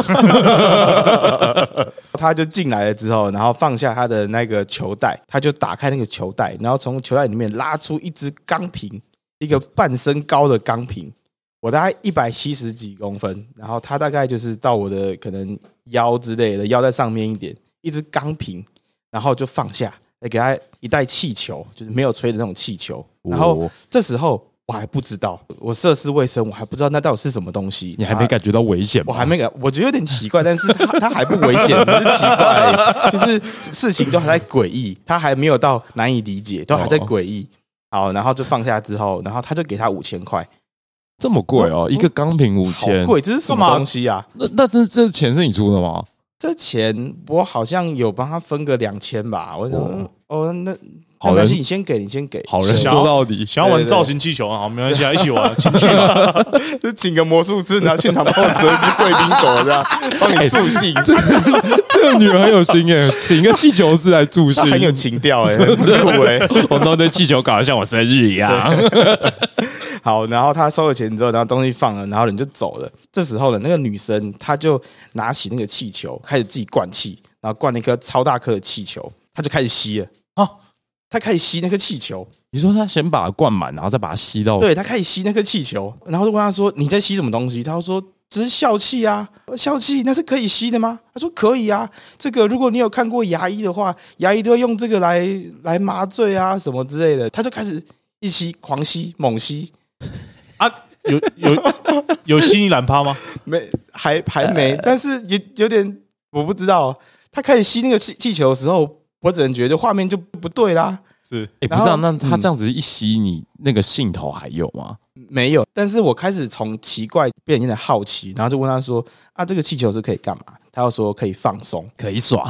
他就进来了之后，然后放下他的那个球袋，他就打开那个球袋，然后从球袋里面拉出一支钢瓶。”一个半身高的钢瓶，我大概一百七十几公分，然后它大概就是到我的可能腰之类的，腰在上面一点，一只钢瓶，然后就放下，再给他一袋气球，就是没有吹的那种气球。然后这时候我还不知道，我涉世未深，我还不知道那到底是什么东西。 你还没感觉到危险吗？ 我还没感，我觉得有点奇怪，但是他他还不危险，只是奇怪，就是事情都还在诡异，他还没有到难以理解，都还在诡异。好，然后就放下之后，然后他就给他五千块， 这么贵哦，一个钢瓶五千， 贵，这是什么东西啊？ 那那这这钱是你出的吗？ 这钱我好像有帮他分个两千吧。我想，哦，哦那好人， 你先给，你先给， 好人做到底。 想要玩造型气球啊，好，没关系啊，一起玩，进去嘛， 就请个魔术师，然后现场帮我折一只贵宾狗，这样帮你助兴。 这个这个女人很有心耶，请一个气球师来助兴， 很有情调哎，很酷哎。 我弄的气球搞得像我生日一样。 好，然后他收了钱之后，然后东西放了，然后人就走了。这时候呢，那个女生她就拿起那个气球，开始自己灌气，然后灌了一颗超大颗的气球，她就开始吸了啊，她开始吸那颗气球。 你说她先把它灌满，然后再把它吸到？ 对，她开始吸那颗气球，然后就问她说：“你在吸什么东西？”她说：“只是笑气啊，笑气那是可以吸的吗？”她说：“可以啊，这个如果你有看过牙医的话，牙医都会用这个来来麻醉啊什么之类的。”她就开始一吸，狂吸，猛吸。 啊，有有有吸你懒趴吗？ 没，还还没，但是有有点我不知道。他开始吸那个气气球的时候，我只能觉得画面就不对啦。 是， 哎、欸，不是啊，那他这样子一吸，你那个兴头还有吗？ 没有，但是我开始从奇怪变得有点好奇，然后就问他说：“啊，这个气球是可以干嘛？”他又说可以放松， 可以爽。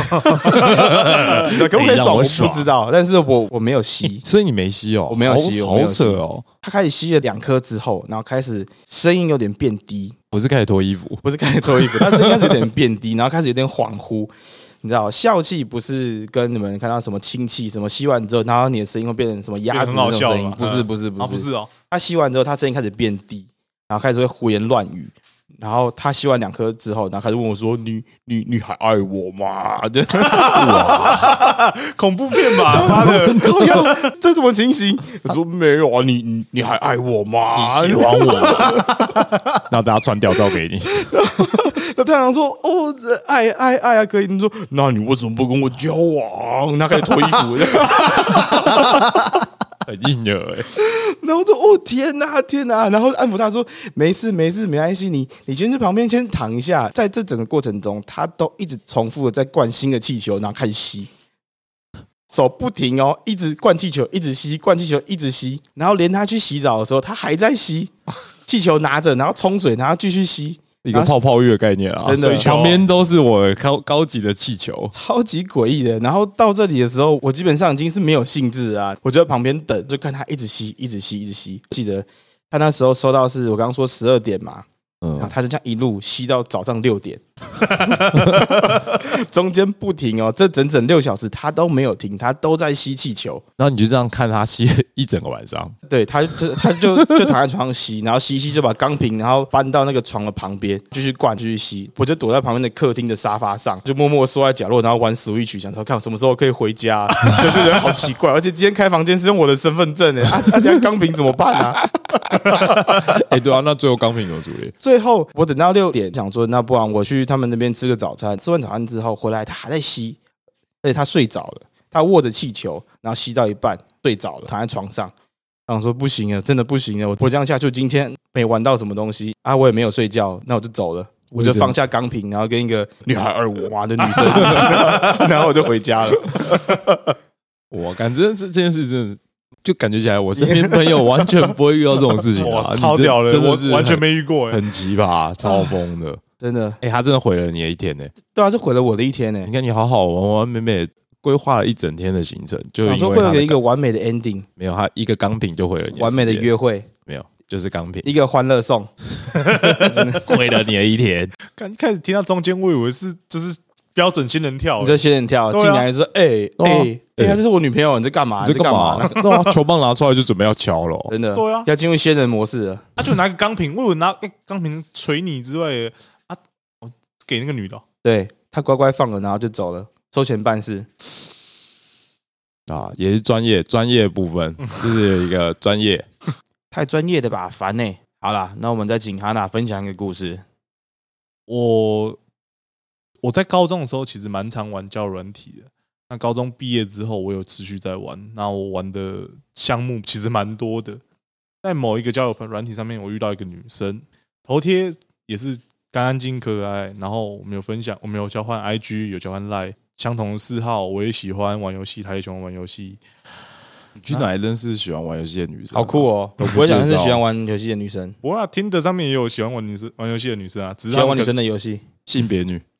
可不可以爽？我不知道，但是我我没有吸， 所以你没吸哦， 我没有吸， 好扯哦。 他开始吸了两颗之后，然后开始声音有点变低， 不是开始脱衣服， 不是开始脱衣服，他声音开始有点变低，然后开始有点恍惚。你知道笑气不是跟你们看到什么氢气，什么吸完之后，然后你的声音会变成什么鸭子那种声音？不是不是不是、 啊、不是哦。 他吸完之后，他声音开始变低，然后开始会胡言乱语。然后他吸完两颗之后，然后开始问我说：“你你你还爱我吗？” 哇， 恐怖片吧？妈的， 这什么情形？我说没有啊，你你你还爱我吗？ 你喜欢我吗？然后大家传屌照给你。 那太阳说：“哦，爱爱爱啊，可以。”你说：“那你为什么不跟我交往？”然后开始脱衣服。 很硬的哎、欸， 然后我说哦天哪天哪，然后安抚他说没事没事没关系，你你先去旁边先躺一下。在这整个过程中，他都一直重复的在灌新的气球，然后开始吸，手不停哦，一直灌气球，一直吸，灌气球一直吸，然后连他去洗澡的时候，他还在吸，气球拿着，然后冲水，然后继续吸。 一个泡泡浴的概念啊， 真的， 旁边都是我高高级的气球， 超级诡异的。然后到这里的时候，我基本上已经是没有兴致啊，我就在旁边等，就看他一直吸，一直吸，一直吸。记得他那时候收到是我刚刚说十二点嘛，嗯，然后他就这样一路吸到早上六点，中间不停哦，这整整六小时他都没有停，他都在吸气球。 然后你就这样看他吸一整个晚上， 对，他就他就就躺在床上吸，然后吸一吸就把钢瓶然后搬到那个床的旁边，继续灌，继续吸。我就躲在旁边的客厅的沙发上，就默默缩在角落，然后玩 Switch， 想说看我什么时候可以回家、啊。对，这人好奇怪，而且今天开房间是用我的身份证诶，啊，那、啊、这样钢瓶怎么办啊？ 哎、欸，对啊，那最后钢瓶怎么处理？ 最后我等到六点，想说那不然我去他们那边吃个早餐。吃完早餐之后回来，他还在吸，而且他睡着了，他握着气球，然后吸到一半睡着了，躺在床上。然后说不行了，真的不行了，我我这样下去，今天没玩到什么东西啊，我也没有睡觉，那我就走了。 我就放下钢瓶，然后跟一个女孩二五哇的女生，然后我就回家了。 我感觉这这件事真的，就感觉起来我身边朋友完全不会遇到这种事情啊， 超屌的， 真的是我完全没遇过， 很奇葩，超疯的， 真的。 哎，他真的毁了你的一天呢。 对啊，是毁了我的一天呢。 你看你好好完完美美规划了一整天的行程，就因为说会有一个完美的 ending， 没有他一个钢瓶就毁了你完美的约会， 没有，就是钢瓶一个欢乐颂， 毁了你的一天。 刚开始听到中间，我以为是就是标准仙人跳， 你这仙人跳进来说，哎哎哎，她是我女朋友，你在干嘛？ 你在干嘛？对啊，球棒拿出来就准备要敲了， 真的， 对啊， 要进入仙人模式了。 他就拿个钢瓶，我以为拿钢瓶捶你之外的啊，我给那个女的， 对他乖乖放了，然后就走了，收钱办事。 啊，也是专业专业部分，就是有一个专业， 太专业的吧，烦呢、欸。好啦，那我们再请哈娜分享一个故事。 我我在高中的时候其实蛮常玩交友软体的。那高中毕业之后，我有持续在玩。那我玩的项目其实蛮多的。在某一个交友软体上面，我遇到一个女生，头贴也是干干净可爱。然后我们有分享，我们有交换 I G， 有交换 Line， 相同的嗜好，我也喜欢玩游戏，她也喜欢玩游戏。 你去哪里认识喜欢玩游戏的女生？ 好酷哦！我也想认识喜欢玩游戏的女生。 我啊，听的上面也有喜欢玩女生玩游戏的女生啊，只是喜欢玩女生的游戏， 性别女，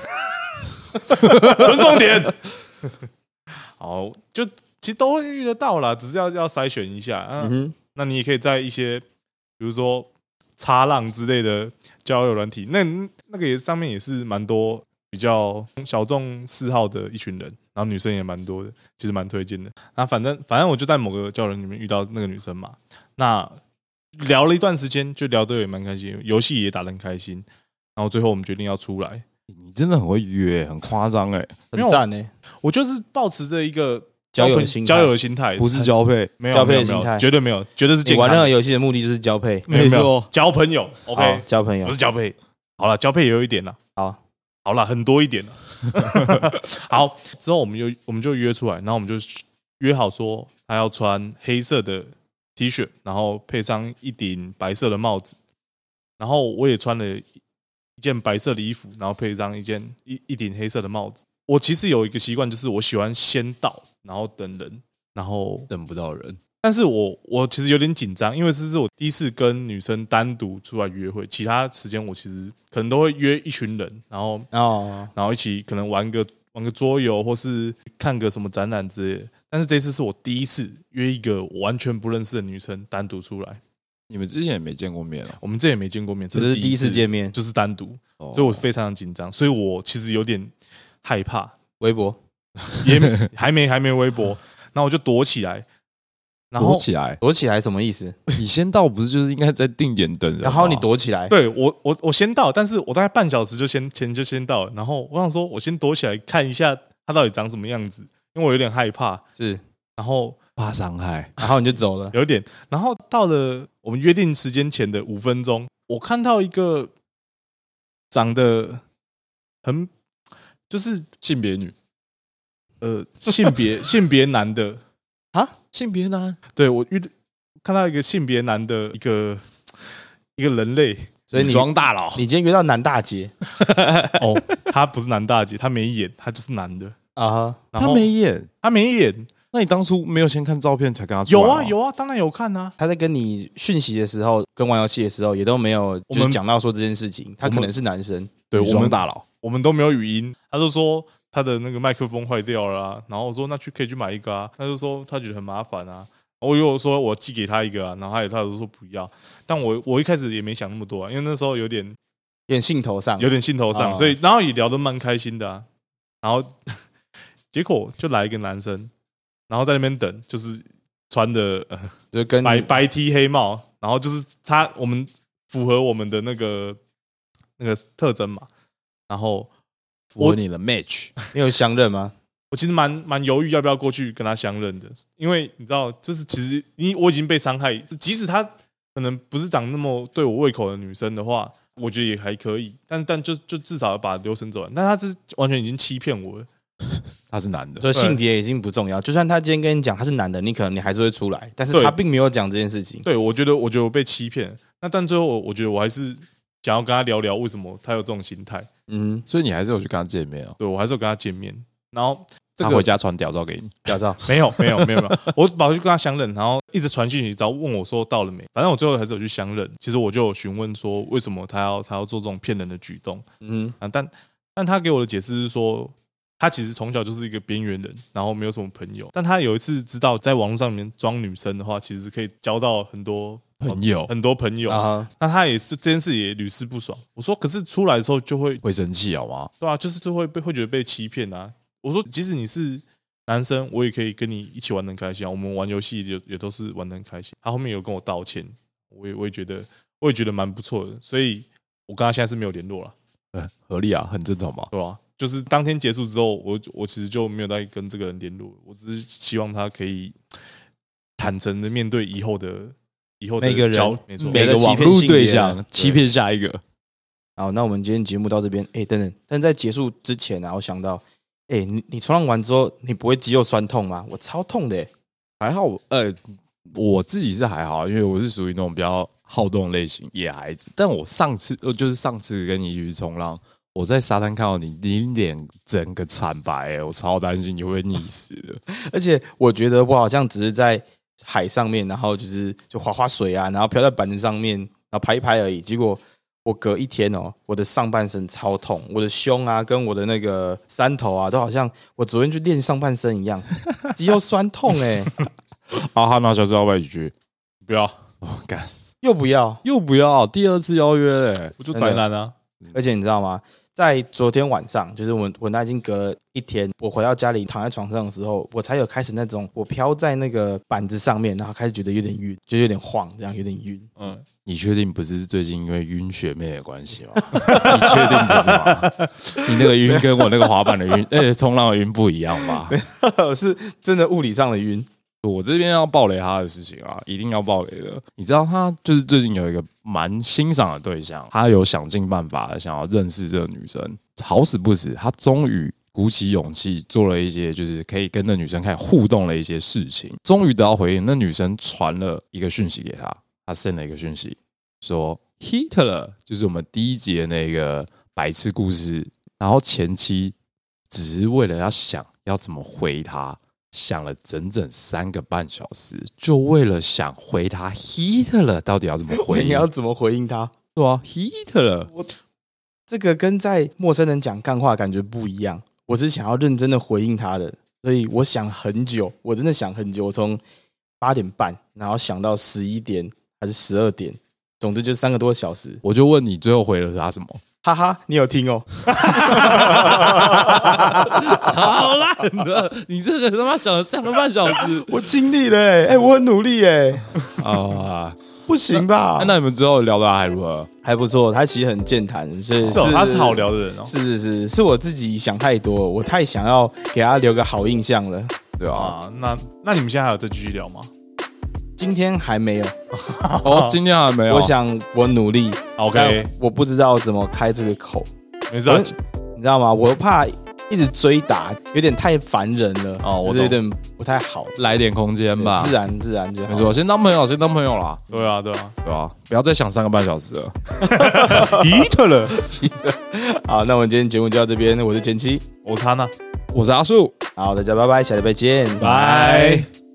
尊重点。好，就其实都会遇得到啦，只是要要筛选一下。啊、嗯哼，那你也可以在一些，比如说插浪之类的交友软体，那那个也上面也是蛮多比较小众嗜好的一群人，然后女生也蛮多的，其实蛮推荐的。那反正反正我就在某个交友软体里面遇到那个女生嘛，那聊了一段时间，就聊得也蛮开心，游戏也打得很开心，然后最后我们决定要出来。 你真的很会约，很夸张哎， 很赞哎！ 我就是抱持着一个交友的心态， 交友的心态， 不是交配， 没有交配的心态， 绝对没有，绝对是健康。 玩任何游戏的目的就是交配， 没错，交朋友。OK， 交朋友不是交配。好了，交配也有一点了。 好， 好了，很多一点了。好，之后我们就我们就约出来，然后我们就约好说，他要穿黑色的 T 恤，然后配上一顶白色的帽子，然后我也穿了一件白色的衣服，然后配上一件一一顶黑色的帽子。我其实有一个习惯，就是我喜欢先到，然后等人，然后等不到人。 但是我我其实有点紧张，因为这是我第一次跟女生单独出来约会，其他时间我其实可能都会约一群人，然后哦，然后一起可能玩个玩个桌游，或是看个什么展览之类的。但是这次是我第一次约一个我完全不认识的女生单独出来。 你们之前也没见过面啊？ 我们这也没见过面， 只是第一次见面， 就是单独，哦、所以我非常紧张，所以我其实有点害怕。 微博也还没还没微博，然后我就躲起来，然后躲起来， 躲起来什么意思？ 你先到不是就是应该在定点等人， 然后你躲起来？ 对我我我先到，但是我大概半小时就先前就先到了，然后我想说我先躲起来看一下他到底长什么样子，因为我有点害怕， 是， 然后怕伤害， 然后你就走了， 有点，然后到了我们约定时间前的五分钟，我看到一个长得很就是性别女。 呃，性别性别男的啊， 性别男， 对我遇看到一个性别男的一个一个人类， 所以你装大佬， 你今天约到男大姐哦，他不是男大姐，他没演，他就是男的啊， 他没演， 他没演， 那你当初没有先看照片才跟他出来？ 有啊有啊，当然有看啊。 他在跟你讯息的时候，跟玩游戏的时候，也都没有就是讲到说这件事情，他可能是男生， 对， 我们大佬， 我们都没有语音，他就说。他的那个麦克风坏掉了、啊，然后我说那去可以去买一个啊，他就说他觉得很麻烦啊，我有说我寄给他一个啊，然后他也他就说不要，但我我一开始也没想那么多啊，因为那时候有点有点兴头上， 有点兴头上，哦、所以然后也聊得蛮开心的啊，然后结果就来一个男生，然后在那边等，就是穿的、呃、 就跟白白 T 黑帽，然后就是他我们符合我们的那个那个特征嘛，然后。 我你的 match， 你有相认吗？ 我其实蛮蛮犹豫要不要过去跟他相认的，因为你知道，就是其实你我已经被伤害，即使他可能不是长那么对我胃口的女生的话，我觉得也还可以，但但就就至少要把流程走完。但他是完全已经欺骗我了， 他是男的， 所以性别已经不重要。就算他今天跟你讲他是男的，你可能你还是会出来，但是他并没有讲这件事情。 对，我觉得我觉得我被欺骗，那但最后我觉得我还是想要跟他聊聊为什么他有这种心态。 嗯， 所以你还是有去跟他见面哦？ 对，我还是有跟他见面，然后这个他回家传屌照给你， 屌照没有没有没有没有，我跑去跟他相认，然后一直传讯息，只要问我说到了没，反正我最后还是有去相认。其实我就有询问说为什么他要他要做这种骗人的举动， 嗯啊，但但他给我的解释是说，他其实从小就是一个边缘人，然后没有什么朋友，但他有一次知道在网络上面装女生的话，其实可以交到很多朋友很多朋友啊， 那他也是这件事也屡试不爽。我说，可是出来的时候就会会生气好吗？ 对啊，就是就会被会觉得被欺骗啊。我说，即使你是男生，我也可以跟你一起玩得很开心啊。我们玩游戏也也都是玩得很开心。他后面有跟我道歉，我也我也觉得我也觉得蛮不错的，所以我跟他现在是没有联络了。 嗯，合理啊，很正常嘛， 对吧、啊？就是当天结束之后，我我其实就没有再跟这个人联络，我只是希望他可以坦诚的面对以后的以后的每个人交没错， 每个网络对象欺骗下一个。 好，那我们今天节目到这边。哎、欸，等等，但在结束之前啊，我想到，哎、欸，你你冲浪完之后，你不会肌肉酸痛吗？我超痛的、欸， 还好，呃，我自己是还好，因为我是属于那种比较好动类型野孩子。但我上次，呃，就是上次跟你一起去冲浪，我在沙滩看到你，你脸整个惨白、欸，我超担心你会溺死的。 而且我觉得我好像只是在海上面，然后就是就划划水啊，然后漂在板子上面，然后拍一拍而已。结果我隔一天哦，我的上半身超痛，我的胸啊跟我的那个山头啊，都好像我昨天去练上半身一样，肌肉酸痛哎、欸。 啊，哈，那下次要不要一起去？ 不要， 哦，干， 又不要， 又不要，第二次邀约嘞、欸， 我就宅男啊。 而且你知道吗？在昨天晚上，就是我我那已经隔了一天，我回到家里躺在床上的时候，我才有开始那种我飘在那个板子上面，然后开始觉得有点晕，就有点晃，这样有点晕。 嗯， 你确定不是最近因为晕学妹的关系吗？你确定不是吗？你那个晕跟我那个滑板的晕，呃，冲浪的晕不一样吧？ 是真的物理上的晕。 我这边要爆雷他的事情啊，一定要爆雷的。你知道他就是最近有一个蛮欣赏的对象，他有想尽办法的想要认识这个女生，好死不死，他终于鼓起勇气做了一些就是可以跟那女生开始互动的一些事情，终于得到回应。那女生传了一个讯息给他，他 send 了一个讯息说 Hitler 就是我们第一集的那个白痴故事，然后前妻只是为了要想要怎么回他。想了整整三个半小时，就为了想回他 Hitler 到底要怎么回应？ 你要怎么回应他？ 对啊 ，Hitler， 我这个跟在陌生人讲干话感觉不一样。我是想要认真的回应他的，所以我想很久，我真的想很久。我从八点半，然后想到十一点还是十二点，总之就三个多小时。 我就问你，最后回了他什么？ 哈哈，你有听哦？ 超烂的！你这个他妈想了三个半小时， 我尽力了哎、欸欸，我很努力哎、欸、 啊， 不行吧？ 那, 那你们之后聊的还如何？ 还不错，他其实很健谈，所以是哦，他是好聊的人哦。 是是是，是我自己想太多，我太想要给他留个好印象了。 对啊， 啊，那那你们现在还有再继续聊吗？ 今天还没有， 哦，今天还没有。 我想我努力 ，OK， 我不知道怎么开这个口， 没事啊， 你知道吗？我怕一直追打，有点太烦人了， 哦我懂就是有点不太好， 来点空间吧， 自然自然就好。 没错，先当朋友，先当朋友啦， 对啊，对啊， 对吧？不要再想三个半小时了。 Hitler， 好，那我们今天节目就到这边，我是前妻， 我是他呢， 我是阿树， 好，大家拜拜，下礼拜见， 拜。